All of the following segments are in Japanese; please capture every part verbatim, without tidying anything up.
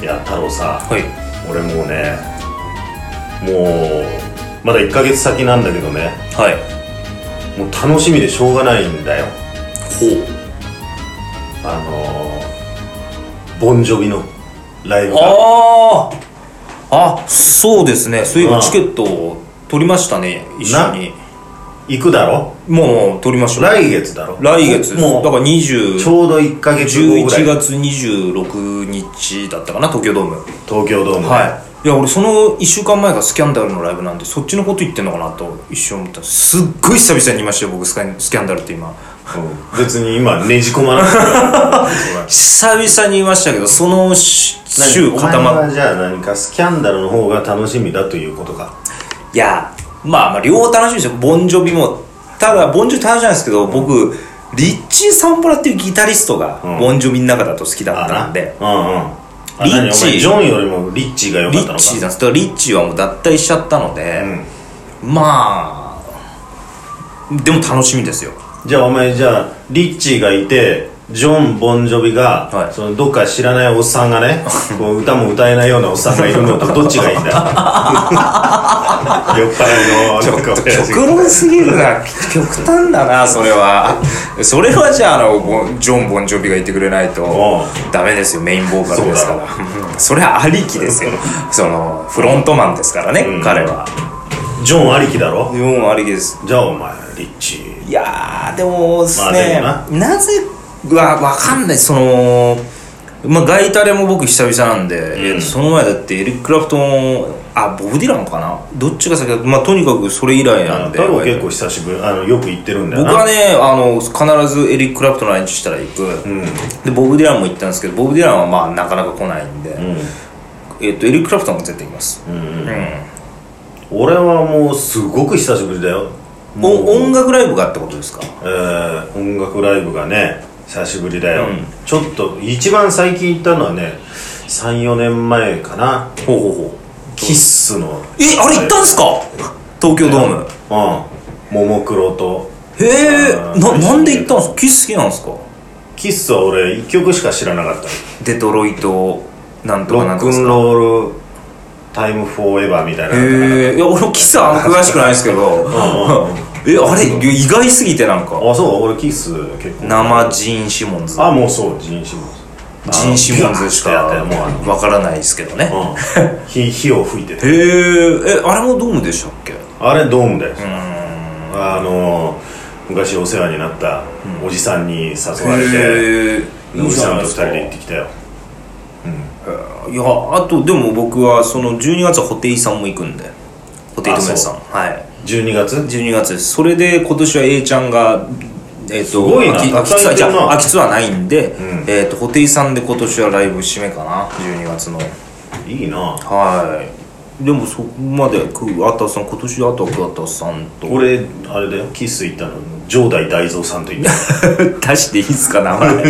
いや太郎さ、 はい。 俺もうねもうまだいっかげつ先なんだけどね、 はい。 もう楽しみでしょうがないんだよ。 ほう。 あのー、ボンジョビのライブが。 あああ、そうですね。そういえばチケットを取りましたね、一緒に。 行くだろ。 もう取りましょう。 来月だろ。 来月もうだからにじゅうちょうどいっかげつごぐらい。 じゅういちがつにじゅうろくにちだったかな、東京ドーム。 東京ドーム、ね、 はいいや俺そのいっしゅうかんまえがスキャンダルのライブなんで、そっちのこと言ってんのかなと一瞬思った。すっごい久々に言いましたよ僕、スキャンダルって今、 うん、別に今ねじ込まなくて久々に言いましたけど、その週固まっお前はじゃあ何かスキャンダルの方が楽しみだということか。 いやまあまあ両方楽しみですよ。ボンジョビもただボンジョビ楽しみなんですけど、僕リッチー・サンポラっていうギタリストがボンジョビの中だと好きだったんで、 うんうん、 リッチージョンよりもリッチーが良かったのか。 リッチーなんです。だからリッチーはもう脱退しちゃったので、うん、まあでも楽しみですよ。 じゃあお前じゃあリッチーがいてジョン・ボンジョビが、はい、そのどっか知らないおっさんがねこう歌も歌えないようなおっさんがいるのとどっちがいいんだよ酔っ払いのちょっと極論すぎるな極端だなそれはそれはじゃあ、あのジョン・ボンジョビがいてくれないとダメですよ。メインボーカルですから そ, それはありきですよそのフロントマンですからね、うん、彼はジョンありきだろ。 ジョンありきです。 じゃあお前リッチー。 いやーでもですね、 まあ、な, なぜわわかんない。そのまあガイタレも僕久々なんで、うん、その前だってエリック・クラプトン、あボブ・ディランかな、どっちが先だ、まあとにかくそれ以来なんで。 太郎結構久しぶり、あのよく行ってるんだよな。 僕はねあの必ずエリック・クラプトンのアレンジしたら行く、うん、でボブ・ディランも行ったんですけど、ボブ・ディランはまあなかなか来ないんで、うん、えっとエリック・クラプトンも絶対行きます、うんうん、 俺はもうすごく久しぶりだよ。 音楽ライブがってことですか。 えー、音楽ライブがね久しぶりだよ、うん、ちょっと一番最近行ったのはね さん,よ 年前かな。 ほうほうほう。 キッスのえあれ行ったんすか東京ドーム。 うんももクロと。 へえ な, なんで行ったんすか。キス好きなんすか。 キッスは俺いっきょくしか知らなかった。 デトロイトなんとかなんとかロックンロールタイムフォーエバーみたいな。 へえいや俺キスはあんま詳しくないですけどえあれ意外すぎてなんか。 あそう俺キス結構生ジーン・シモンズ。 あもうそうジーン・シモンズジーン・シモンズしかわからないですけどね、 うん、火, 火を吹いてて。 へえあれもドームでしたっけ。 あれドームだよ。うんあの昔お世話になったおじさんに誘われて、うん、おじさんとふたりで行ってきたよ。 うん、いやあとでも僕はそのじゅうにがつは布袋さんも行くんで、布袋寅泰さん。はいじゅうにがつじゅうにがつです。それで今年は A ちゃんがえっ、ー、とすごいな秋秋ツアーじゃあ秋ツアーないんで、うん、えっ、ー、と布袋さんで今年はライブ締めかなじゅうにがつの。 いいな。 はいでもそこまで桑田さん今年あとは桑田さんと俺あれだよキス行ったの城代大蔵さんと行った出していいっすか名前いいん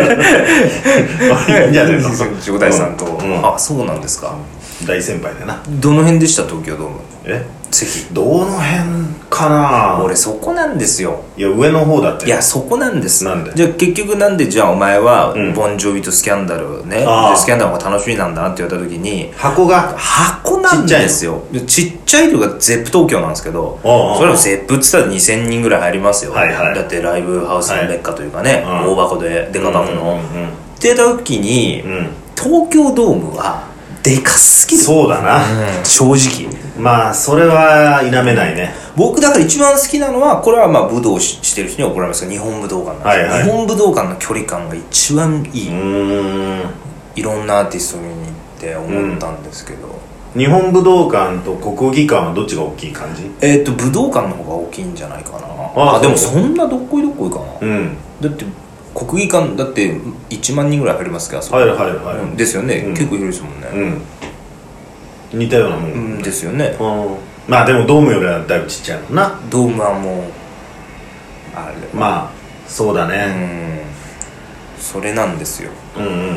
じゃねえの城代さんと、 うんうん、 あそうなんですか。 大先輩でな。 どの辺でした東京ドーム。 え席どの辺かな。 俺そこなんですよ。 いや上の方だって。 いやそこなんです。 なんでじゃあ結局なんでじゃあお前は、うん、ボンジョビとスキャンダルねでスキャンダルが楽しみなんだなって言われた時に箱が箱なんですよ。ちっちゃいちっちゃいというかゼップ東京なんですけど、それもゼップって言ったらにせんにんぐらい入りますよ、はいはい、だってライブハウスのメッカというかね、はい、大箱でデカ箱の、うんうんうん、って言った時に、うん、東京ドームはでかすぎる。 そうだな、 うん、正直まあそれは否めないね。 僕だから一番好きなのはこれはまあ武道 し, してる人に怒られますけど日本武道館なんです、はいはい、日本武道館の距離感が一番いい。うーんいろんなアーティスト見に行って思ったんですけど、 うん、日本武道館と国技館はどっちが大きい感じ。 えっ、ー、と武道館の方が大きいんじゃないかな。ああでもそんなどっこいどっこいかな、うん、だって国技館だっていちまんにんぐらい入りますから。 はいはいはい、 うん、ですよね、うん、結構広いですもんね、 うん、似たようなもん、 うん、ですよね、 うん、まあでもドームよりはだいぶちっちゃいもんな。 ドームはもうあれまあそうだね、 うん、それなんですよ。 うんうんうんうん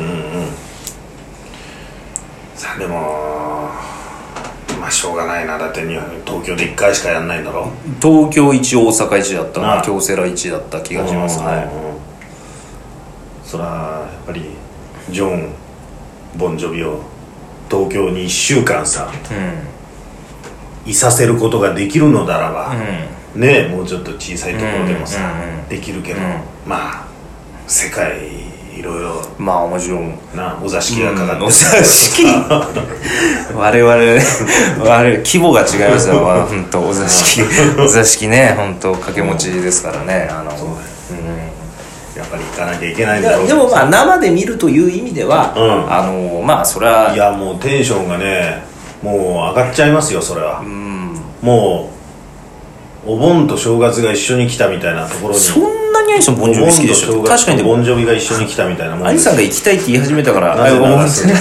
さあでもまあしょうがないな。だって東京でいっかいしかやんないんだろ。 東京いち大阪いちだったな京セラいちだった気がします。はいそらやっぱりジョンボンジョビを東京にいっしゅうかんさ、うん、いさせることができるのならば、うん、ねえもうちょっと小さいところでもさ、うんうん、できるけど、うん、まあ世界いろいろまあもちろんなお座敷がかかってる、うん、 お座敷我々我々規模が違いますよ、まあ、本当お座敷お座敷ね本当掛け持ちですからね、あのそう、うん、 やっぱり行かなきゃいけないんだろう。 でもまあ生で見るという意味では、うん、あのまあそれはいやもうテンションがねもう上がっちゃいますよそれは、うん、もうお盆と正月が一緒に来たみたいなところにそんなにアリさんボンジョビ好きでしょ。 確かにでもボンジョビが一緒に来たみたいなもん。 アリさんが行きたいって言い始めたからなぜなら私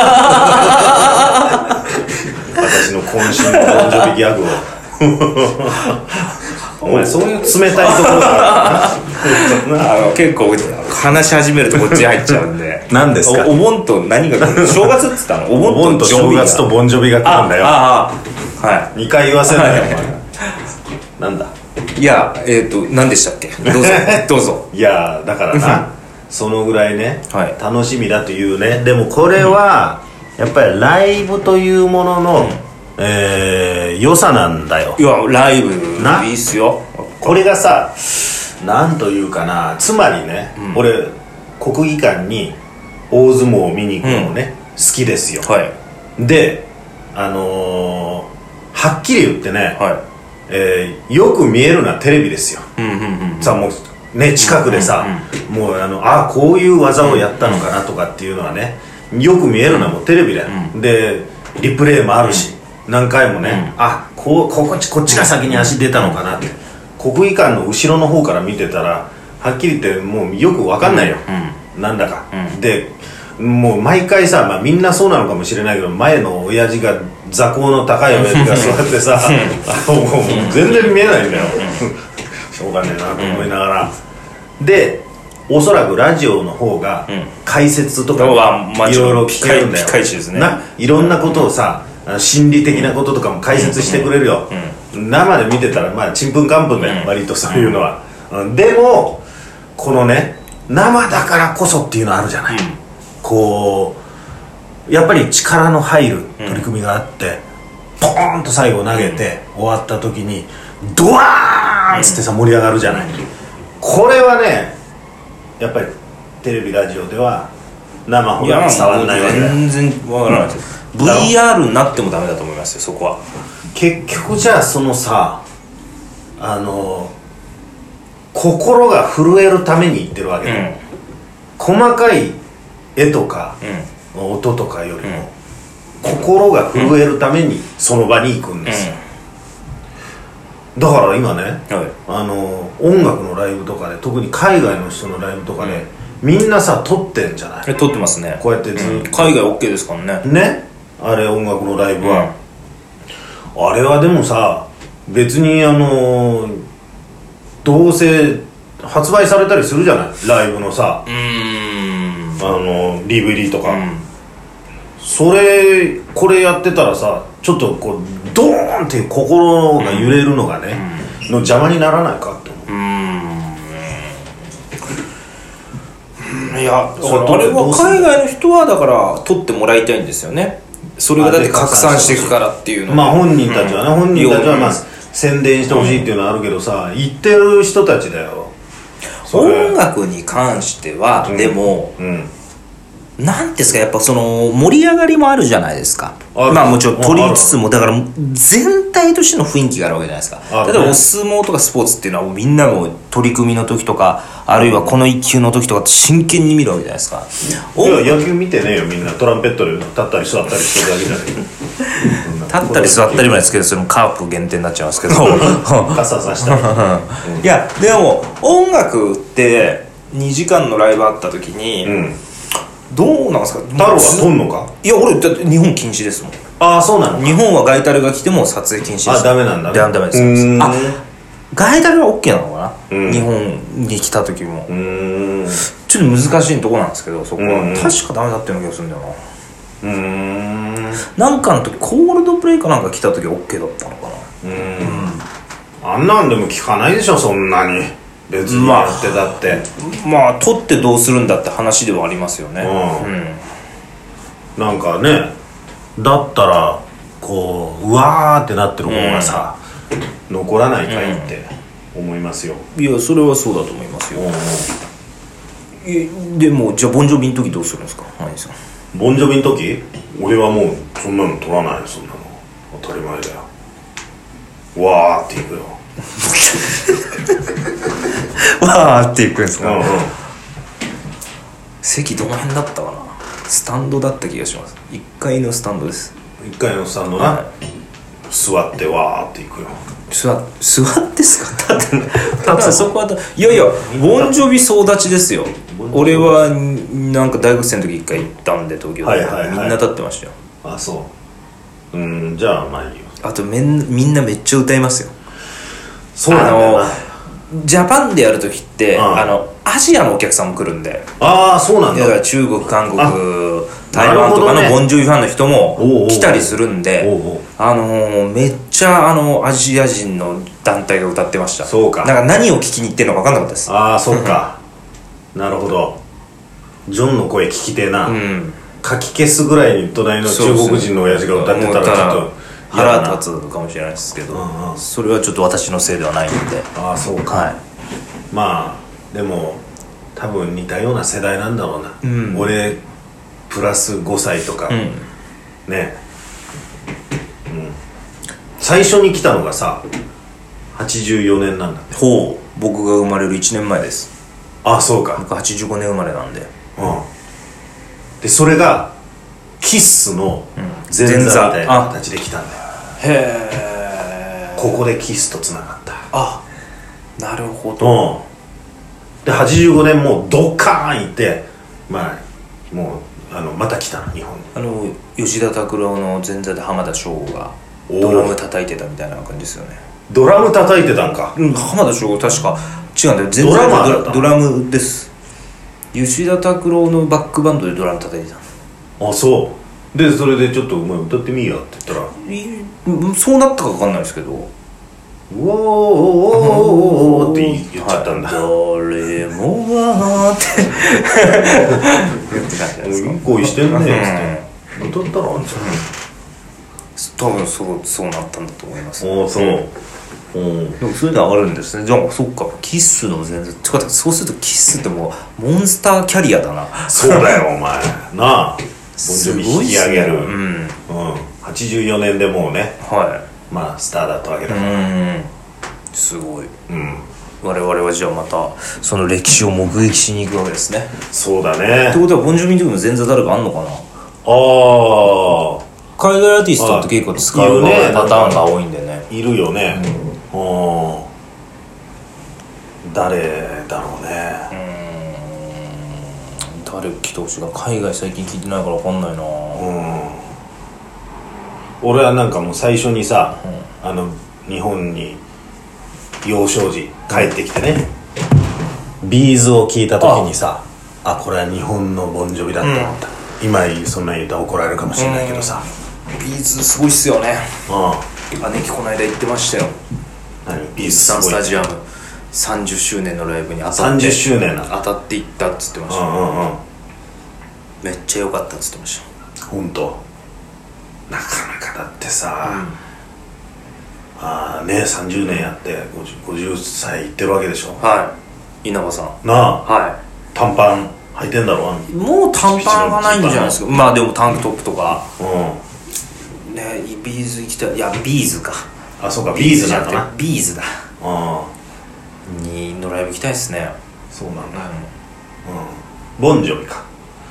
の渾身のボンジョビギャグをお前そういう冷たいところがあの結構話し始めるとこっちに入っちゃうんで何ですか。 お, お盆と何が来る正月って言ったの。お盆と正月とボンジョビが来るんだよ。 ああ、はい、 にかい言わせないよ、はい、なんだいやえっ、ー、と何でしたっけ。どうぞどうぞいやだからなそのぐらいね、はい、楽しみだというね。でもこれは、うん、やっぱりライブというものの、うんえー、良さなんだよ。 いやライブいいっすよ。 これがさなんというかなつまりね、うん、俺国技館に大相撲を見に行くのもね、うん、好きですよ、はい、であのー、はっきり言ってね、はいえー、よく見えるのはテレビですよ、うんうんうん、さもうね近くでさ、うんうんうん、もうあのあこういう技をやったのかなとかっていうのはねよく見えるのはもうテレビだよ、うん、でリプレイもあるし、うん、何回もね、うん、あこうこここっちが先に足出たのかなって国技館の後ろの方から見てたらはっきり言ってもうよく分かんないよ、うん、なんだか、うん、でもう毎回さ、まあ、みんなそうなのかもしれないけど前の親父が座高の高い親父が座ってさもう全然見えないんだよしょうがねえなと思いながら、うん、でおそらくラジオの方が解説とかいろいろ聞けるんだよ、 ね、 ないろんなことをさ心理的なこととかも解説してくれるよ、うんうん、生で見てたらまあちんぷんかんぷんだよ、うん、割とそういうのは、うん、でもこのね生だからこそっていうのあるじゃない、うん、こうやっぱり力の入る取り組みがあって、うん、ポーンと最後投げて、うん、終わった時にドワーンっつってさ盛り上がるじゃない、うん、これはねやっぱりテレビラジオでは生ほど伝わらないわけだよ。 全然わからないです、うん、ブイアール になってもダメだと思いますよそこは。 結局じゃあそのさあの心が震えるために言ってるわけで、うん、細かい絵とか、うん、音とかよりも、うん、心が震えるためにその場に行くんですよ、うん、だから今ね、はい、あの音楽のライブとかで特に海外の人のライブとかで、うん、みんなさ撮ってんじゃない。 え撮ってますね。 こうやってずっと、うん、 海外 OK ですからね。 ねあれ音楽のライブは、うん、あれはでもさ別にあのどうせ発売されたりするじゃないライブのさうーんあの ディーブイディー とか、うん、それこれやってたらさちょっとこうドーンって心が揺れるのがね、うん、の邪魔にならないかって思う。うーんいやあれは海外の人はだから撮ってもらいたいんですよね。それがだって拡散していくからっていうのまあ本人たちはね、うん、本人たちはまあ宣伝してほしいっていうのはあるけどさ、うん、言ってる人たちだよ。 音楽に関しては、うん、でも、うん、なんですかやっぱその盛り上がりもあるじゃないですか。まあもちろん取りつつもだから全体としての雰囲気があるわけじゃないですか。例えばお相撲とかスポーツっていうのはみんなも取り組みの時とかあるいはこの一球の時とかって真剣に見るわけじゃないですか。 いや野球見てねえよみんな。トランペットで立ったり座ったりしてるだけじゃない立ったり座ったりもないですけどそれもカープ限定になっちゃいますけど傘さしたり、 うん、いやでも音楽ってにじかんのライブあった時に、うんどうなんですか。 太郎は撮んのか。 いや俺だって日本禁止ですもん。 ああそうなの。 日本はガイタレが来ても撮影禁止です。 あダメなんだね。 ダメです。あガイタレは OK なのかな、うん、日本に来た時も。うーんちょっと難しいとこなんですけどそこは確かダメだっていう気がするんだよな。うーんなんかの時コールドプレイかなんか来た時 OK だったのかな。うーんあんなんでも聞かないでしょそんなに。別にやってだってまあ、まあ、撮ってどうするんだって話ではありますよね。うん、 なんかね、だったらこううわーってなってる方がさ、うん、残らないかいって思いますよ。 いやそれはそうだと思いますよ。えでもじゃあボンジョビの時どうするんですか、ハニーさん。 ボンジョビの時俺はもうそんなの取らないよ。そんなの当たり前だよ。わーっていくよわーっていくんですか。 うん、うん、 席どの辺だったかな。スタンドだった気がします。いっかいのスタンドです。 いっかいのスタンドな、はい、座ってわーっていくよ。 座, 座ってすか。だってただそこはいやいやボンジョビ総立ちですよ。俺はなんか大学生の時一回行ったんで東京で、はいはいはい、みんな立ってましたよ。 あ、そう。うんじゃあまあいいよ。 あとめんみんなめっちゃ歌いますよ。 そうなんだよな。 ジャパンでやる時って、あのアジアのお客さんも来るんで。 ああそうなんだ。 だから中国韓国台湾とかのボンジョビファンの人も来たりするんで、おうおうおう、あのー、めっちゃあのアジア人の団体が歌ってました。 そうか。 なんか何を聞きに行ってるのか分かんなかったです。 ああそうかなるほど。ジョンの声聞きてえな、うん、かき消すぐらいに隣の中国人の親父が歌ってたらちょっと腹立つかもしれないですけど、うんうん、それはちょっと私のせいではないので。 ああそうか、はい、まあでも多分似たような世代なんだろうな、うん、俺プラスごさいとか、うん、ね、うん、最初に来たのがさはちじゅうよねんなんだって。 ほう。僕が生まれるいちねんまえです。 ああそうか。 僕はちじゅうごねん生まれなんで、うん、 でそれがキッスの前座みたいな形で来たんだよ、うん、へえ。ここでキスとつながった。 あ、なるほど、 うん、ではちじゅうごねんもうドッカーンいって、まあもうあのまた来たの日本に。 あの吉田拓郎の前座で浜田省吾がドラム叩いてたみたいな感じですよね。 ドラム叩いてたんか。 うん、浜田省吾確か違うんだよ。全然ドラマーだった。ドラムです。吉田拓郎のバックバンドでドラム叩いてた。 あ、そうでそれでちょっとお前歌ってみいやって言ったら、そうなったか分かんないですけど、 うおーおーおーおーって言っちゃったんだ。 誰もがって言ってたんじゃないですか。 いい声してんねっつって歌ったらあんじゃん。 多分そうそうなったんだと思います。 ああそう、うん、 でもそういうのあるんですね。じゃあそっか、キッスの全然てかそうするとキッスってもうモンスターキャリアだな。 そうだよお前なあ。ボンジョビ引き上げる、うんうん、はちじゅうよねんでもうね、はい、まあスターだったわけだから。うん、 すごい、うん、我々はじゃあまたその歴史を目撃しに行くわけですね。 そうだね。 ってことはボンジョビの時も前座誰かあんのかな。ああ、 海外アーティストって結構使う、ね、パターンが多いんでね。 いるよね、うん、誰だろうね。 うーん、誰来てほしいか。海外最近聞いてないから分かんないな、うん、 俺はなんかもう最初にさ、うん、あの日本に幼少時帰ってきてね、うん、ビーズを聞いた時にさ、ああこれは日本のボンジョビだって思った、うん、今そんな言うたら怒られるかもしれないけどさ、 うん、ビーズすごいっすよね。うん、姉貴この間言ってましたよ。 何ビーズさんスタジアムさんじゅっしゅうねんのライブに当たってさんじゅっしゅうねんな当たっていったっつってました、うんうんうん、めっちゃ良かったっつってました。 ほんとなかなかだってさ、うん、ああねさんじゅうねんやってごじゅう、ごじゅっさいいってるわけでしょ。 はい、稲葉さんなあ、はい、短パン履いてんだろ。 もう短パンはないんじゃないですか。まあでもタンクトップとか、うん、ね、ビーズ行きたい。いやビーズか。 あ、そうか、ビーズなんだな。 ビーズだ。あにのライブ行きたいですね。 そうなんだ、うん、ボンジョビか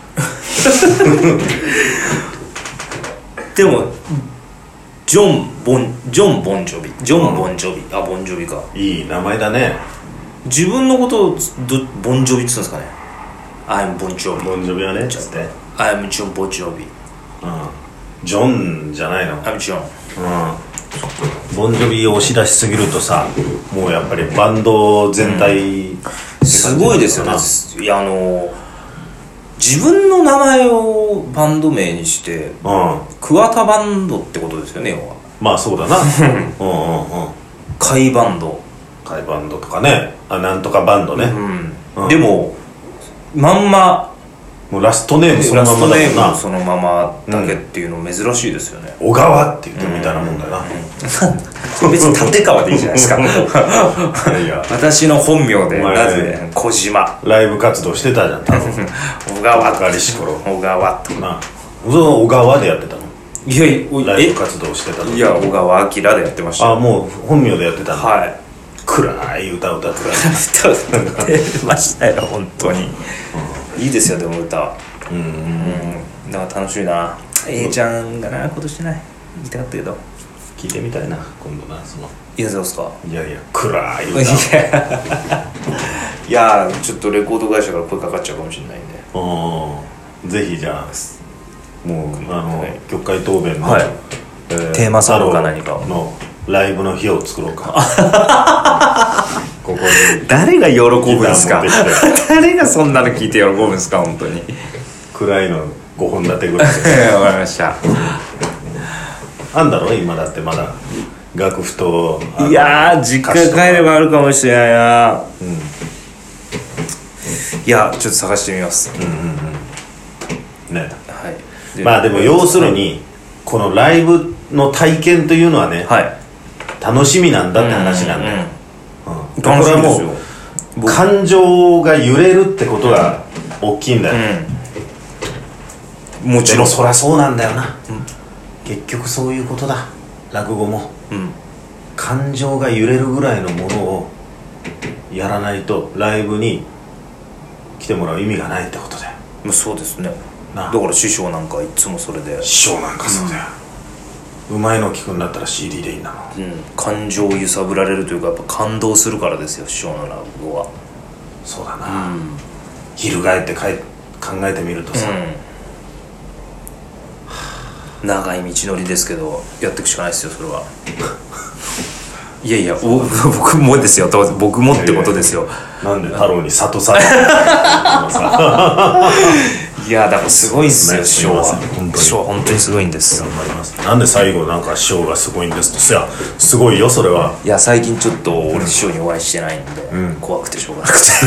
でもジョン・ボンジョン・ボンジョビジョン・ボンジョビ、うん、あ、ボンジョビか。 いい名前だね。 自分のことをどボンジョビって言うんですかね。 I'm ボンジョビ。 ボンジョビはねっつって I'm ジョン・ボンジョビ、うん、 ジョンじゃないの。 I'm ジョン、 うん、ボンジョビを押し出しすぎるとさ、もうやっぱりバンド全体、うん、 すごいですよね。いや、あの自分の名前をバンド名にして、うん、桑田バンドってことですよね、要は。 まあそうだなうんうんうん。 甲斐バンド甲斐バンドとかね、あ、なんとかバンドね、 うんうん、でもまんまもうラストネームそのままだもんな。 ラストネームそのままだけっていうの珍しいですよね。 小川って言ってるみたいなもんだよな。 別に立川でいいじゃないですか。いや私の本名でなぜ小島ライブ活動してたじゃん多分。 小川かりし頃小川とな。その小川でやってたの。 いやいやライブ活動してたの。 いや小川明でやってました。 あもう本名でやってたの。 はい。 暗い歌歌ってた。歌ってましたよ本当に。いいですよでも歌。 うんうん。だから楽しいな。A ちゃんがな今年ない言いたかったけど。 聞いてみたいな今度なその。 いやそうですか。 いやいや暗い歌。 いやちょっとレコード会社から声かかっちゃうかもしれないんで。 ああぜひじゃあもうあの、はい、曲会答弁の、 はいえー、テーマソングか何かのライブの日を作ろうか。ここに誰が喜ぶんですか。誰がそんなの聞いて喜ぶんですか本当に。 暗いのごほん立てぐらいわかりました。 あんだろ今だってまだ楽譜といやー実家帰ればあるかもしれないな、うん、いやちょっと探してみます。 うんうんうんね、 はい、 まあでも要するにこのライブの体験というのはね、はい、楽しみなんだって話なんだよ、うんうんうん、これはもう感情が揺れるってことが大きいんだよ、うん、もちろんそりゃそうなんだよな、うん、結局そういうことだ落語も、うん、感情が揺れるぐらいのものをやらないとライブに来てもらう意味がないってことだよ。 そうですね。だから師匠なんかいつもそれで師匠なんかそうだよ、うん、うまいの聞くんだったら シーディー でいいんだもん、 うん、感情を揺さぶられるというかやっぱ感動するからですよ師匠の落語は。 そうだな、うん、翻ってかい考えてみるとさ、 うん、長い道のりですけどやっていくしかないですよそれは。いやいや僕もですよ僕もってことですよ。 なんで太郎に諭されいやだからすごいんですよ師匠は。師匠は本当にすごいんです。 頑張ります。なんで最後なんか師匠がすごいんですと。いやすごいよそれは。 いや最近ちょっと俺師匠にお会いしてないんで、うん、怖くてしょうがなくて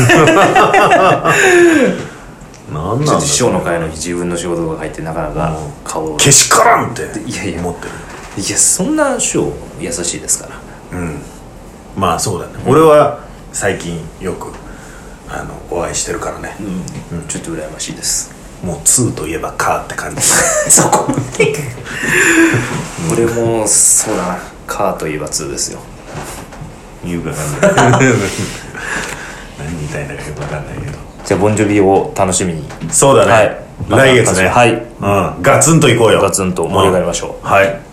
なんなんだちょっと師匠の会の日自分の仕事が入ってなかなか顔をけしからんっていやいや思ってる。 いやそんな師匠優しいですから。 うん、まあそうだね、うん、俺は最近よくあのお会いしてるからね、 うんうん、ちょっと羨ましいです。 もうツーといえばカーって感じそこ俺もそうだなカーといえばツーですよ。 言うか分かんない何言いたいんだかよく分かんないけどじゃあボンジョビを楽しみに。 そうだね、はい、来月ね、 はい、 うん、ガツンといこうよ。 ガツンと盛り上がりましょう、 うん、はい。